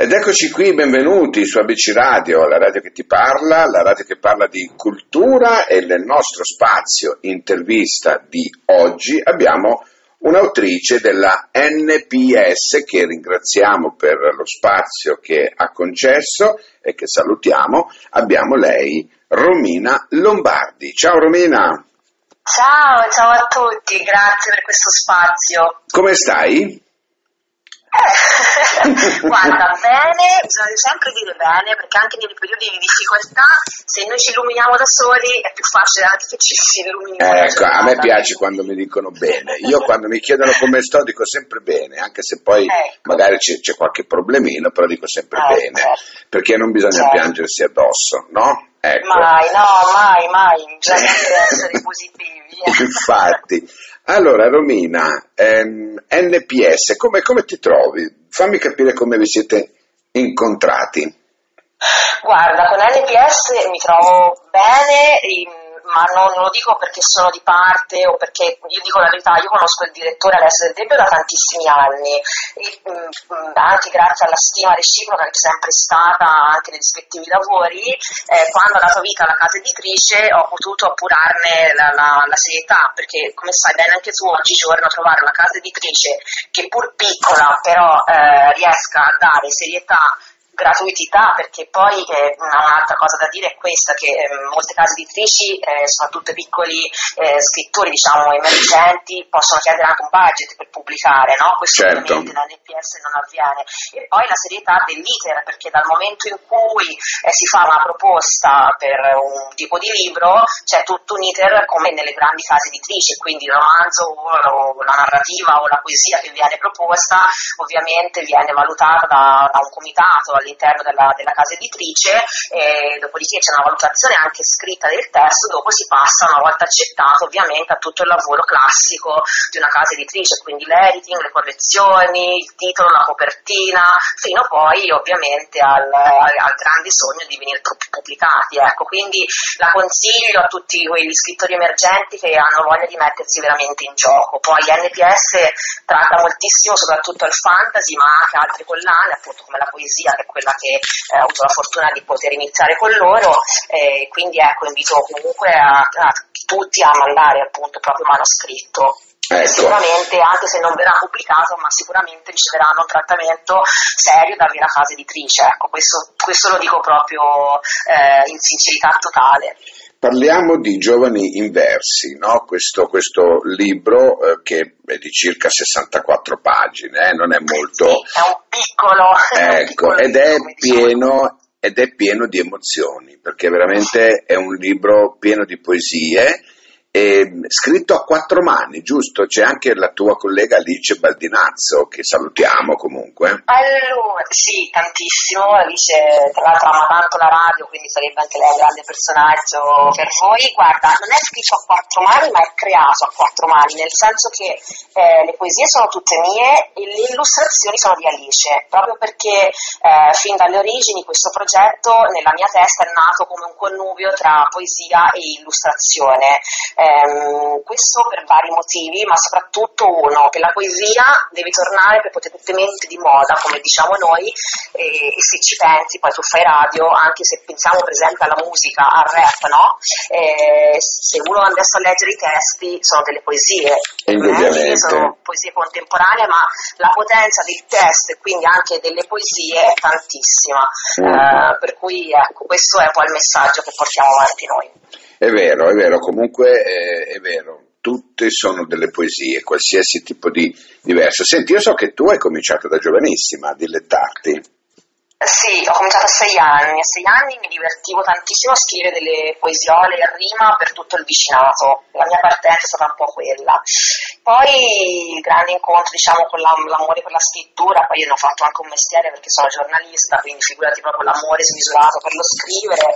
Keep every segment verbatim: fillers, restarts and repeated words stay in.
Ed eccoci qui, benvenuti su A B C Radio, la radio che ti parla, la radio che parla di cultura, e nel nostro spazio intervista di oggi abbiamo un'autrice della N P S che ringraziamo per lo spazio che ha concesso e che salutiamo. Abbiamo lei, Romina Lombardi. Ciao Romina. Ciao, ciao a tutti, grazie per questo spazio. Come stai? Guarda, bene, bisogna sempre dire bene, perché anche nei periodi di difficoltà, se noi ci illuminiamo da soli, è più facile anche che ci si illumini. Ecco, a me piace quando mi dicono bene. Io quando mi chiedono come sto dico sempre bene, anche se poi ecco. magari c'è, c'è qualche problemino, però dico sempre ecco. bene, perché non bisogna certo. piangersi addosso, no? Ecco. Mai, no, mai, mai, bisogna sempre essere positivi. Infatti. Allora Romina, ehm, N P S, come, come ti trovi? Fammi capire come vi siete incontrati. Guarda, con N P S mi trovo bene, ma non lo dico perché sono di parte o perché, io dico la verità, io conosco il direttore Alessio Del Debbio da tantissimi anni e mh, anche grazie alla stima reciproca che c'è sempre stata anche nei rispettivi lavori, eh, quando ha dato vita alla casa editrice ho potuto appurarne la, la, la serietà, perché come sai bene anche tu oggigiorno trovare una casa editrice che pur piccola però eh, riesca a dare serietà, gratuità, perché poi eh, un'altra cosa da dire è questa, che eh, molte case editrici, eh, soprattutto piccoli eh, scrittori diciamo emergenti, possono chiedere anche un budget per pubblicare, no? Questo certo. ovviamente da N P S non avviene. E poi la serietà dell'iter, perché dal momento in cui eh, si fa una proposta per un tipo di libro c'è tutto un iter come nelle grandi case editrici, quindi il romanzo o la narrativa o la poesia che viene proposta ovviamente viene valutata da, da un comitato all'interno della, della casa editrice, e dopodiché c'è una valutazione anche scritta del testo, dopo si passa, una volta accettato ovviamente, a tutto il lavoro classico di una casa editrice, quindi l'editing, le correzioni, il titolo, la copertina, fino poi ovviamente al, al, al grande sogno di venire pubblicati, ecco. Quindi la consiglio a tutti quegli scrittori emergenti che hanno voglia di mettersi veramente in gioco. Poi N P S tratta moltissimo soprattutto il fantasy, ma anche altre collane, appunto come la poesia, che quella che eh, ho avuto la fortuna di poter iniziare con loro, eh, quindi ecco, invito comunque a, a tutti a mandare appunto il proprio manoscritto. Ecco. Sicuramente, anche se non verrà pubblicato, ma sicuramente riceveranno un trattamento serio da vera casa editrice, ecco, questo, questo lo dico proprio eh, in sincerità totale. Parliamo di Giovani Inversi, no? Questo, questo libro eh, che è di circa sessantaquattro pagine, eh? non è molto... Sì, è un piccolo... Ecco, un piccolo ed, libro, è pieno, ed è pieno di emozioni, perché veramente è un libro pieno di poesie, e scritto a quattro mani, giusto? C'è anche la tua collega Alice Baldinazzo, che salutiamo comunque. Allora, sì, tantissimo. Alice, tra l'altro, ama tanto la radio, quindi sarebbe anche lei un grande personaggio per voi. Guarda, non è scritto a quattro mani, ma è creato a quattro mani, nel senso che eh, le poesie sono tutte mie e le illustrazioni sono di Alice, proprio perché eh, fin dalle origini questo progetto nella mia testa è nato come un connubio tra poesia e illustrazione. Ehm, questo per vari motivi, ma soprattutto uno, che la poesia deve tornare prepotentemente di moda, come diciamo noi, e, e se ci pensi, poi tu fai radio, anche se pensiamo per esempio alla musica, al rap, no? Eh, se uno andasse a leggere i testi sono delle poesie, eh, sono poesie contemporanee, ma la potenza del testo e quindi anche delle poesie è tantissima, mm. eh, per cui ecco, questo è poi il messaggio che portiamo avanti noi. È vero, è vero, comunque è, è vero, tutte sono delle poesie, qualsiasi tipo di diverso. Senti, io so che tu hai cominciato da giovanissima a dilettarti. Sì, ho cominciato a sei anni, a sei anni mi divertivo tantissimo a scrivere delle poesiole in rima per tutto il vicinato, la mia partenza è stata un po' quella. Poi il grande incontro diciamo con la, l'amore per la scrittura, poi io ne ho fatto anche un mestiere perché sono giornalista, quindi figurati proprio l'amore smisurato per lo scrivere,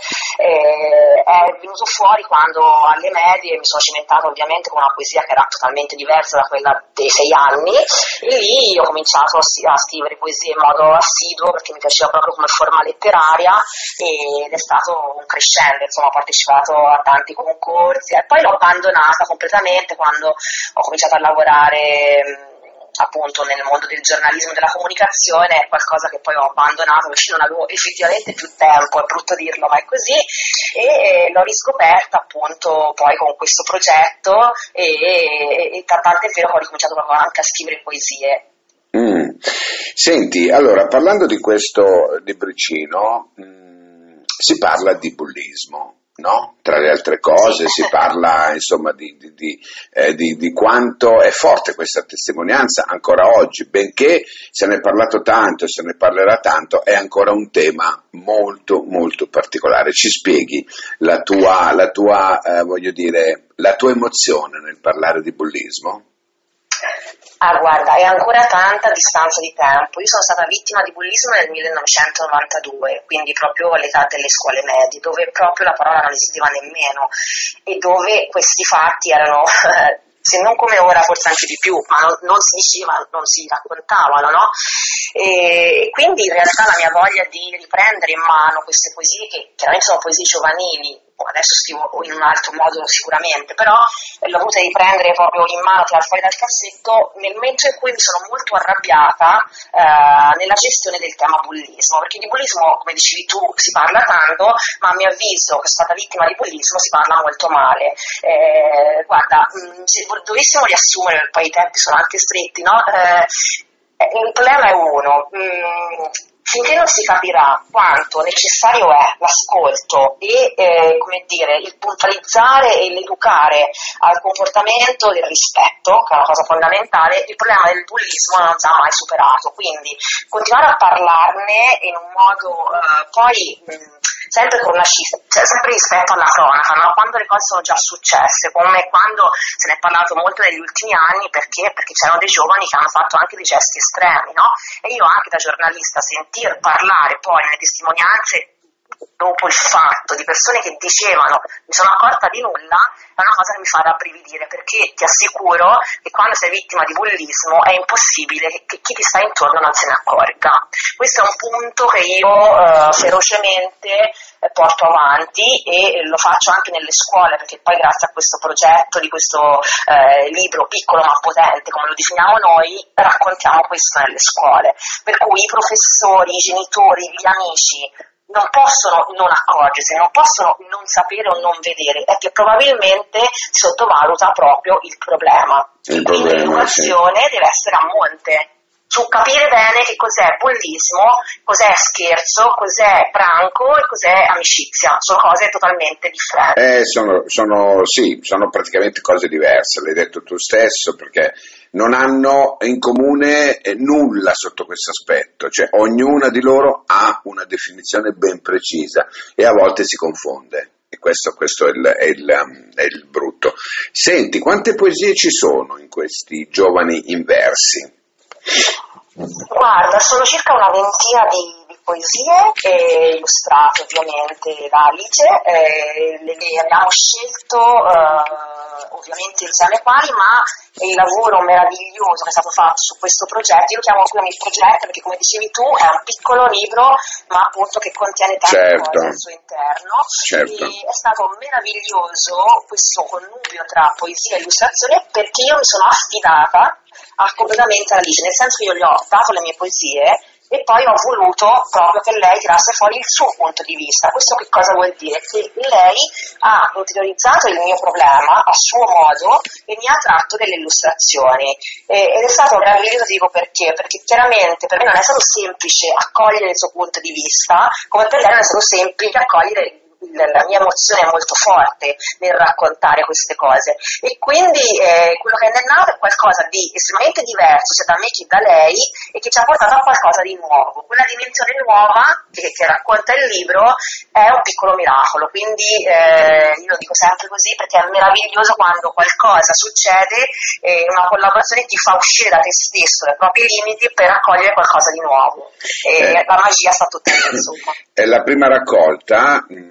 eh, è venuto fuori quando alle medie mi sono cimentata ovviamente con una poesia che era totalmente diversa da quella dei sei anni, e lì ho cominciato a, a scrivere poesie in modo assiduo perché mi piaceva proprio come forma letteraria, ed è stato un crescendo, insomma ho partecipato a tanti concorsi e poi l'ho abbandonata completamente quando ho cominciato a lavorare appunto nel mondo del giornalismo e della comunicazione, è qualcosa che poi ho abbandonato perché non avevo effettivamente più tempo, è brutto dirlo ma è così, e l'ho riscoperta appunto poi con questo progetto e, e, e tant'è vero che ho ricominciato proprio anche a scrivere poesie. Mm. Senti, allora, parlando di questo libricino, mh, si parla di bullismo, no? Tra le altre cose si parla insomma di, di, di, eh, di, di quanto è forte questa testimonianza ancora oggi, benché se ne è parlato tanto e se ne parlerà tanto, è ancora un tema molto molto particolare. Ci spieghi la tua, la tua eh, voglio dire, la tua emozione nel parlare di bullismo? Ah, guarda, è ancora tanta distanza di tempo. Io sono stata vittima di bullismo nel millenovecentonovantadue, quindi proprio all'età delle scuole medie, dove proprio la parola non esisteva nemmeno e dove questi fatti erano, se non come ora, forse anche di più, ma non, non si diceva, non si raccontavano, no? E, e quindi in realtà la mia voglia di riprendere in mano queste poesie, che chiaramente sono poesie giovanili, adesso scrivo in un altro modo sicuramente, però l'ho voluta riprendere proprio in mano, tirare fuori dal cassetto, nel momento in cui mi sono molto arrabbiata eh, nella gestione del tema bullismo, perché di bullismo, come dicevi tu, si parla tanto, ma a mio avviso, che sono stata vittima di bullismo, si parla molto male. Eh, guarda, mh, se dovessimo riassumere, poi i tempi sono anche stretti, no? Eh, il problema è uno. Mh, Finché non si capirà quanto necessario è l'ascolto e eh, come dire, il puntualizzare e l'educare al comportamento del rispetto, che è una cosa fondamentale, il problema del bullismo non sarà mai superato. Quindi continuare a parlarne in un modo eh, poi mh, sempre con una cifra, cioè sempre rispetto alla cronaca, no? Quando le cose sono già successe, come quando se ne è parlato molto negli ultimi anni, perché? Perché c'erano dei giovani che hanno fatto anche dei gesti estremi, no? E io anche da giornalista sentir parlare poi nelle testimonianze dopo il fatto di persone che dicevano mi sono accorta di nulla è una cosa che mi fa rabbrividire, perché ti assicuro che quando sei vittima di bullismo è impossibile che, che chi ti sta intorno non se ne accorga. Questo è un punto che io eh, ferocemente eh, porto avanti e lo faccio anche nelle scuole, perché poi grazie a questo progetto di questo eh, libro piccolo ma potente, come lo definiamo noi, raccontiamo questo nelle scuole, per cui i professori, i genitori, gli amici non possono non accorgersi, non possono non sapere o non vedere, è che probabilmente si sottovaluta proprio il problema. Il Quindi problema, l'educazione sì. deve essere a monte, su capire bene che cos'è bullismo, cos'è scherzo, cos'è pranco e cos'è amicizia, sono cose totalmente differenti. Eh, sono, sono, sì, sono praticamente cose diverse, l'hai detto tu stesso, perché non hanno in comune nulla sotto questo aspetto, cioè ognuna di loro ha una definizione ben precisa e a volte si confonde. E questo, questo è, il, è, il, è il brutto. Senti, quante poesie ci sono in questi giovani inversi? Guarda, sono circa una ventina di, di poesie, eh, illustrate ovviamente da Alice, eh, le, le abbiamo scelto eh, ovviamente insieme ai quali, ma il lavoro meraviglioso che è stato fatto su questo progetto, io lo chiamo qui il progetto perché come dicevi tu è un piccolo libro ma appunto che contiene tante certo. cose al suo interno, certo. E è stato meraviglioso questo connubio tra poesia e illustrazione, perché io mi sono affidata a completamente Alice, nel senso che io gli ho dato le mie poesie e poi ho voluto proprio che lei tirasse fuori il suo punto di vista. Questo che cosa vuol dire? Che lei ha interiorizzato il mio problema a suo modo e mi ha tratto delle illustrazioni. E, ed è stato meraviglioso, dico perché, perché chiaramente per me non è stato semplice accogliere il suo punto di vista, come per lei non è stato semplice accogliere la mia emozione è molto forte nel raccontare queste cose, e quindi eh, quello che è nato è qualcosa di estremamente diverso sia da me che da lei e che ci ha portato a qualcosa di nuovo. Quella dimensione nuova che, che racconta il libro è un piccolo miracolo, quindi eh, io lo dico sempre così perché è meraviglioso quando qualcosa succede e una collaborazione ti fa uscire da te stesso, dai propri limiti, per raccogliere qualcosa di nuovo, e eh, la magia sta tutta lì, insomma. È la prima raccolta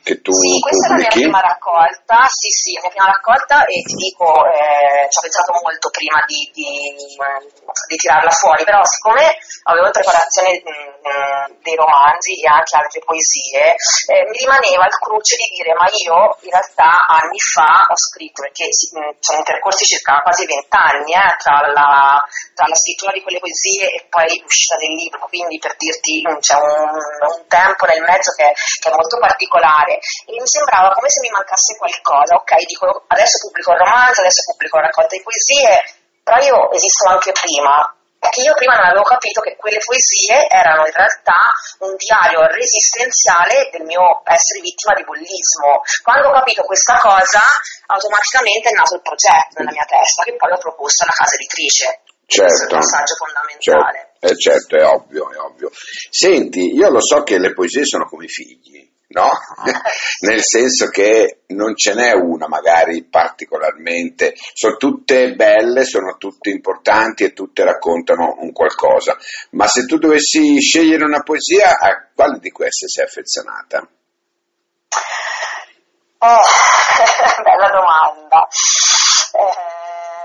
che tu Sì, questa pubblichi? è la mia prima raccolta, sì sì, la mia prima raccolta e ti dico, eh, ci ho pensato molto prima di, di, di tirarla fuori, però siccome avevo in preparazione mh, dei romanzi e anche altre poesie, eh, mi rimaneva il cruce di dire ma io in realtà anni fa ho scritto, perché si, mh, sono intercorsi circa quasi vent'anni eh, tra, la, tra la scrittura di quelle poesie e poi l'uscita del libro, quindi per dirti mh, c'è un, un tempo nel mezzo che, che è molto particolare. E mi sembrava come se mi mancasse qualcosa, ok, dico adesso pubblico il romanzo, adesso pubblico la raccolta di poesie, però io esisto anche prima, perché io prima non avevo capito che quelle poesie erano in realtà un diario resistenziale del mio essere vittima di bullismo. Quando ho capito questa cosa, automaticamente è nato il progetto nella mia testa, che poi ho proposto alla casa editrice. Certo, questo è il passaggio fondamentale. Certo, eh, certo, è ovvio, è ovvio. Senti, io lo so che le poesie sono come i figli, no? Nel senso che non ce n'è una magari particolarmente, sono tutte belle, sono tutte importanti e tutte raccontano un qualcosa, ma se tu dovessi scegliere una poesia, a quale di queste sei affezionata? Eh, bella domanda. Eh,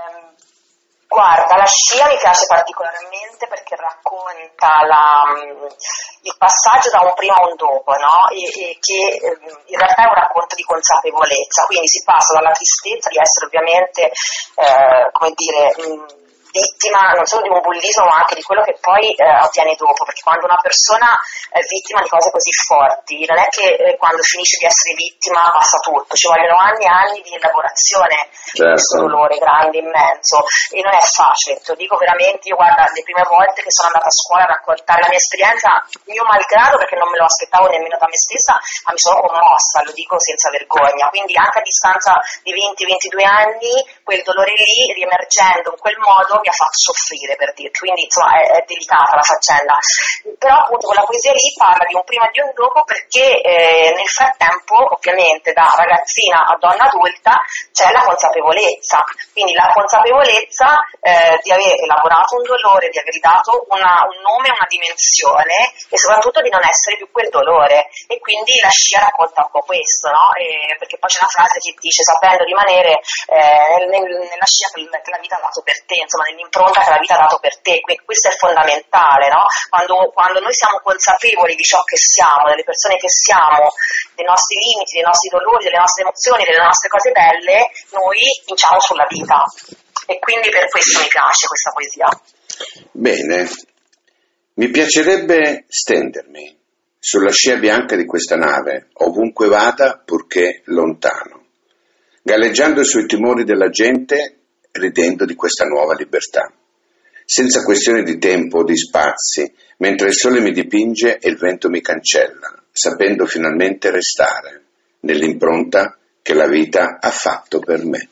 Guarda, la scia mi piace particolarmente perché racconta la, il passaggio da un prima a un dopo, no? E, e che in realtà è un racconto di consapevolezza, quindi si passa dalla tristezza di essere ovviamente, eh, come dire, mh, vittima non solo di un bullismo ma anche di quello che poi eh, avviene dopo, perché quando una persona è vittima di cose così forti non è che eh, quando finisce di essere vittima passa tutto, ci vogliono anni e anni di elaborazione di Certo. questo dolore grande, immenso, e non è facile, te lo dico veramente. Io guarda, le prime volte che sono andata a scuola a raccontare la mia esperienza, mio malgrado, perché non me lo aspettavo nemmeno da me stessa, ma mi sono commossa, lo dico senza vergogna, quindi anche a distanza di venti ventidue anni quel dolore lì riemergendo in quel modo mi ha fatto soffrire, per dirti, quindi insomma è, è delicata la faccenda, però appunto quella poesia lì parla di un prima e di un dopo, perché eh, nel frattempo ovviamente da ragazzina a donna adulta c'è la consapevolezza, quindi la consapevolezza eh, di aver elaborato un dolore, di aver dato una, un nome, una dimensione e soprattutto di non essere più quel dolore, e quindi la scia racconta un po' questo, no? E, perché poi c'è una frase che dice sapendo rimanere eh, nel, nella scia che la vita ha dato per te, insomma nell'impronta che la vita ha dato per te, quindi questo è fondamentale, no? Quando, quando noi siamo consapevoli di ciò che siamo, delle persone che siamo, dei nostri limiti, dei nostri dolori, delle nostre emozioni, delle nostre cose belle, noi vinciamo sulla vita, e quindi per questo mi piace questa poesia. Bene, mi piacerebbe stendermi sulla scia bianca di questa nave, ovunque vada, purché lontano, galleggiando sui timori della gente, ridendo di questa nuova libertà, senza questione di tempo o di spazi, mentre il sole mi dipinge e il vento mi cancella, sapendo finalmente restare nell'impronta che la vita ha fatto per me.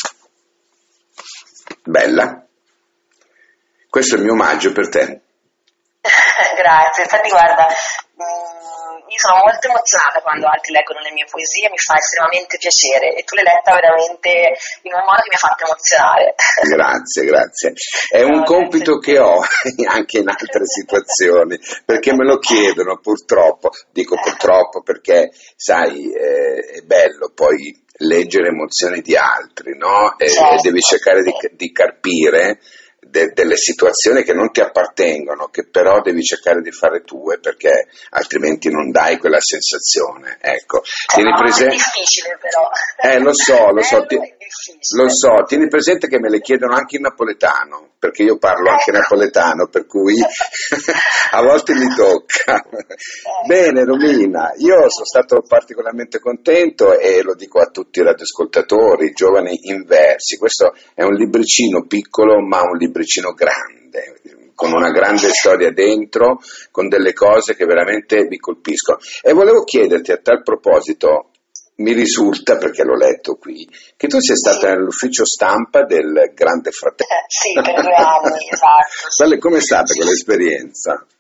Bella? Questo è il mio omaggio per te. Grazie, infatti guarda, mh, io sono molto emozionata quando altri leggono le mie poesie, mi fa estremamente piacere, e tu l'hai letta veramente in un modo che mi ha fatto emozionare. Grazie, grazie. È un No, compito che ho anche in altre situazioni, perché me lo chiedono purtroppo, dico purtroppo perché sai, eh, è bello poi leggere emozioni di altri, no? E, certo, e devi cercare sì. di, di carpire de, delle situazioni che non ti appartengono, che però devi cercare di fare tue, perché altrimenti non dai quella sensazione. Ecco, tieni no, presente. È difficile però. Eh, lo so, lo so, ti, difficile. lo so, tieni presente che me le chiedono anche in napoletano, perché io parlo anche ecco. napoletano, per cui a volte mi tocca. Bene Romina, io sono stato particolarmente contento e lo dico a tutti i radioascoltatori, giovani in versi, questo è un libricino piccolo ma un libricino grande, con una grande storia dentro, con delle cose che veramente vi colpiscono. E volevo chiederti a tal proposito, mi risulta, perché l'ho letto qui, che tu sei stata nell'ufficio stampa del Grande Fratello. Sì, per due anni, esatto. Sì. Come è stata quell'esperienza?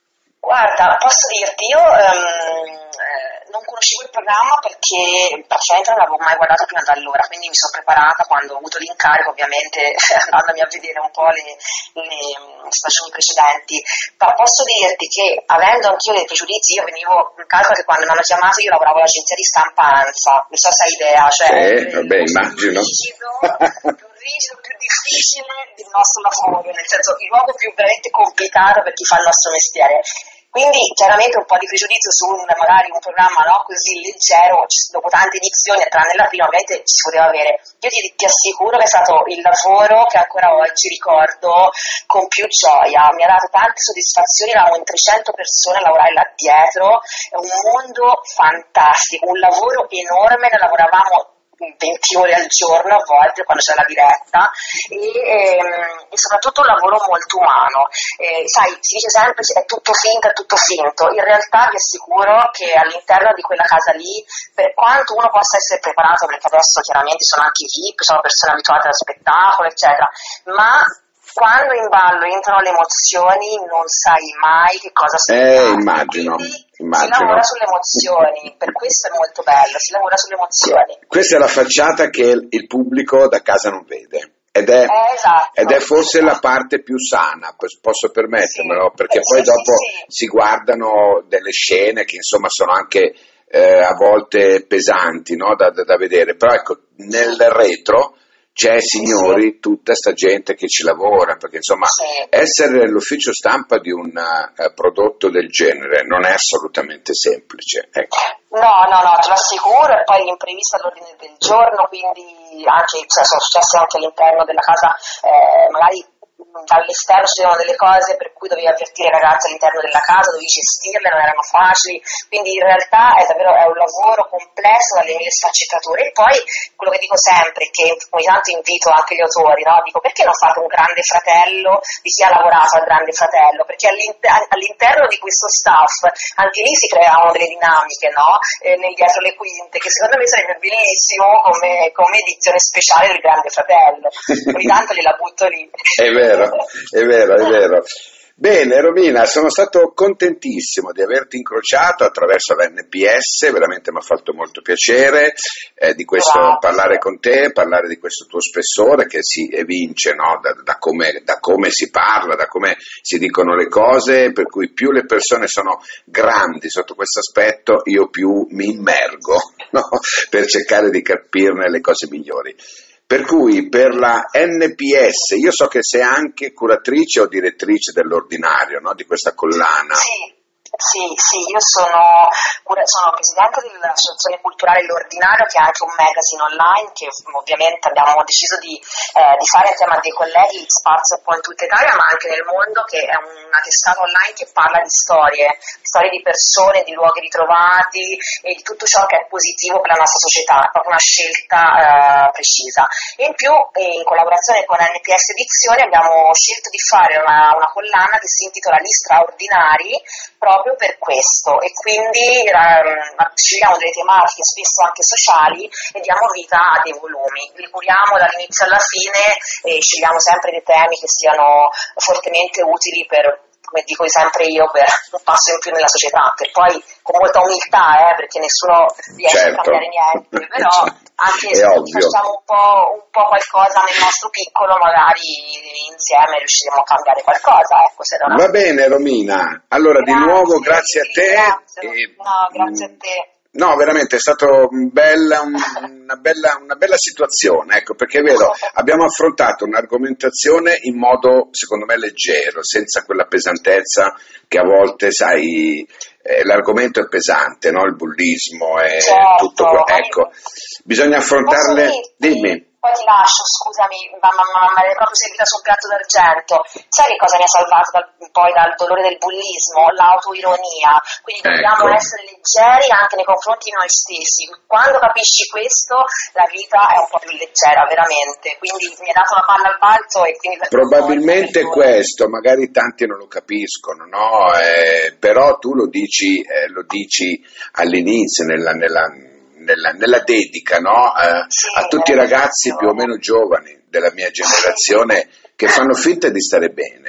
Guarda, posso dirti, io ehm, eh, non conoscevo il programma perché praticamente non l'avevo mai guardato prima da allora, quindi mi sono preparata quando ho avuto l'incarico, ovviamente andandomi a vedere un po' le, le mm, stagioni precedenti. Ma posso dirti che avendo anch'io dei pregiudizi, io venivo, in calcolo che quando mi hanno chiamato io lavoravo all'agenzia di stampa ANSA, non so se hai idea, cioè Sì, il, vabbè, il immagino. rigido, più rigido, più difficile del nostro lavoro, nel senso il luogo più veramente complicato per chi fa il nostro mestiere. Quindi chiaramente un po' di pregiudizio su un, magari un programma, no, così leggero, c- dopo tante edizioni, tranne la prima, ovviamente si poteva avere. Io ti, ti assicuro che è stato il lavoro che ancora oggi ricordo con più gioia, mi ha dato tante soddisfazioni, eravamo in trecento persone a lavorare là dietro, è un mondo fantastico, un lavoro enorme, ne lavoravamo venti ore al giorno a volte quando c'è la diretta e, ehm, e soprattutto un lavoro molto umano. Eh, sai, si dice sempre che è tutto finto, è tutto finto, in realtà vi assicuro che all'interno di quella casa lì, per quanto uno possa essere preparato, perché adesso chiaramente sono anche V I P, sono persone abituate allo spettacolo eccetera, ma quando in ballo entrano le emozioni non sai mai che cosa Eh, aspettarti. immagino, Quindi si immagino. lavora sulle emozioni, per questo è molto bello, si lavora sulle emozioni. Questa è la facciata che il pubblico da casa non vede. Ed è, Eh, esatto. ed è forse la parte più sana, pos- posso permettermelo, Sì. perché Eh, poi sì, dopo sì, sì. si guardano delle scene che insomma sono anche eh, a volte pesanti, no, da, da- da vedere, però ecco, nel retro c'è, signori, tutta sta gente che ci lavora, perché insomma Sì. essere l'ufficio stampa di un eh, prodotto del genere non è assolutamente semplice, ecco. No, no, no, te lo assicuro, e poi l'imprevisto all'ordine del giorno, quindi anche, cioè, sono successe anche all'interno della casa, eh, magari mh, dall'esterno succedevano delle cose per cui dovevi avvertire i ragazzi all'interno della casa, dovevi gestirle, non erano facili, quindi in realtà è davvero è un lavoro complesso dalle mille sfaccettature. E poi quello che dico sempre, che ogni tanto invito anche gli autori, no? Dico perché non fate un grande fratello di chi ha lavorato al grande fratello, perché all'inter- all'interno di questo staff anche lì si creavano delle dinamiche, no? Eh, nel dietro le quinte, che secondo me sarebbe benissimo come, come edizione speciale del grande fratello. Ogni tanto gliela butto lì. È vero, è vero, è vero. Bene, Romina, sono stato contentissimo di averti incrociato attraverso l'N P S, veramente mi ha fatto molto piacere eh, di questo Grazie. parlare con te, parlare di questo tuo spessore che si evince, no, da, da come, da come si parla, da come si dicono le cose, per cui più le persone sono grandi sotto questo aspetto, io più mi immergo, no, per cercare di capirne le cose migliori. Per cui per la N P S, io so che sei anche curatrice o direttrice dell'ordinario, no? Di questa collana. Sì, sì, sì, io sono, cura- sono presidente dell'Associazione Culturale L'Ordinario, che è anche un magazine online che ovviamente abbiamo deciso di, eh, di fare insieme a dei colleghi spazio un po' in tutta Italia, ma anche nel mondo, che è una testata online che parla di storie, storie di persone, di luoghi ritrovati e di tutto ciò che è positivo per la nostra società, è proprio una scelta eh, precisa. E in più, eh, in collaborazione con N P S Edizioni, abbiamo scelto di fare una, una collana che si intitola Gli Straordinari, proprio per questo, e quindi ehm, scegliamo delle tematiche spesso anche sociali e diamo vita a dei volumi. Li curiamo dall'inizio alla fine e scegliamo sempre dei temi che siano fortemente utili per, come dico sempre io, per un passo in più nella società, che poi con molta umiltà, eh, perché nessuno riesce Certo. a cambiare niente, però anche È se ovvio. facciamo un po', un po' qualcosa nel nostro piccolo, magari insieme riusciremo a cambiare qualcosa, ecco, se non Va bene, Romina. Allora, di nuovo grazie a ti te. ringrazio. e- No, grazie a te. No, veramente è stata un bella, un- una, bella, una bella situazione, ecco, perché è vero, abbiamo affrontato un'argomentazione in modo, secondo me, leggero, senza quella pesantezza che a volte, sai, eh, l'argomento è pesante, no? Il bullismo e Certo, tutto quello. ma Ecco, bisogna posso affrontarle. dirti, Dimmi. poi ti lascio, scusami, ma, ma, ma, ma l'hai proprio seguita sul piatto d'argento. Sai che cosa mi ha salvato dal, poi dal dolore del bullismo? L'autoironia. Quindi dobbiamo Ecco. essere leggeri anche nei confronti di noi stessi. Quando capisci questo, la vita è un po' più leggera, veramente. Quindi mi hai dato la palla al balzo e quindi per Probabilmente favore, questo, magari tanti non lo capiscono, no? Eh, però tu lo dici, eh, lo dici all'inizio, nella, nella, nella, nella dedica, no? Eh, Sì, a tutti i eh, ragazzi più o meno giovani della mia generazione che fanno finta di stare bene,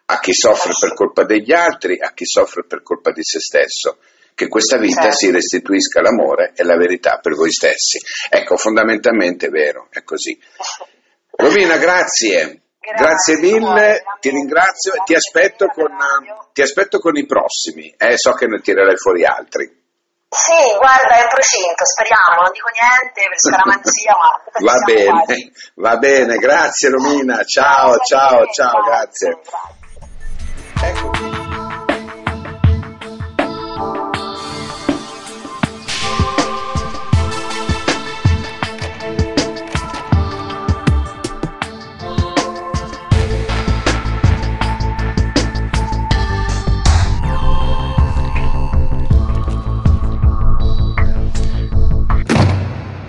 a chi soffre per colpa degli altri, a chi soffre per colpa di se stesso. Che questa vita certo. si restituisca l'amore e la verità per voi stessi. Ecco, fondamentalmente è vero, è così. Romina, grazie. Grazie, grazie mille, ti ringrazio e ti aspetto con, ti aspetto con i prossimi. Eh, so che ne tirerai fuori altri. Sì, guarda, è in procinto, speriamo, non dico niente per scaramanzia, ma... Va bene, quasi. Va bene, grazie Romina, ciao, ciao, ciao, ciao, grazie. grazie. Ecco.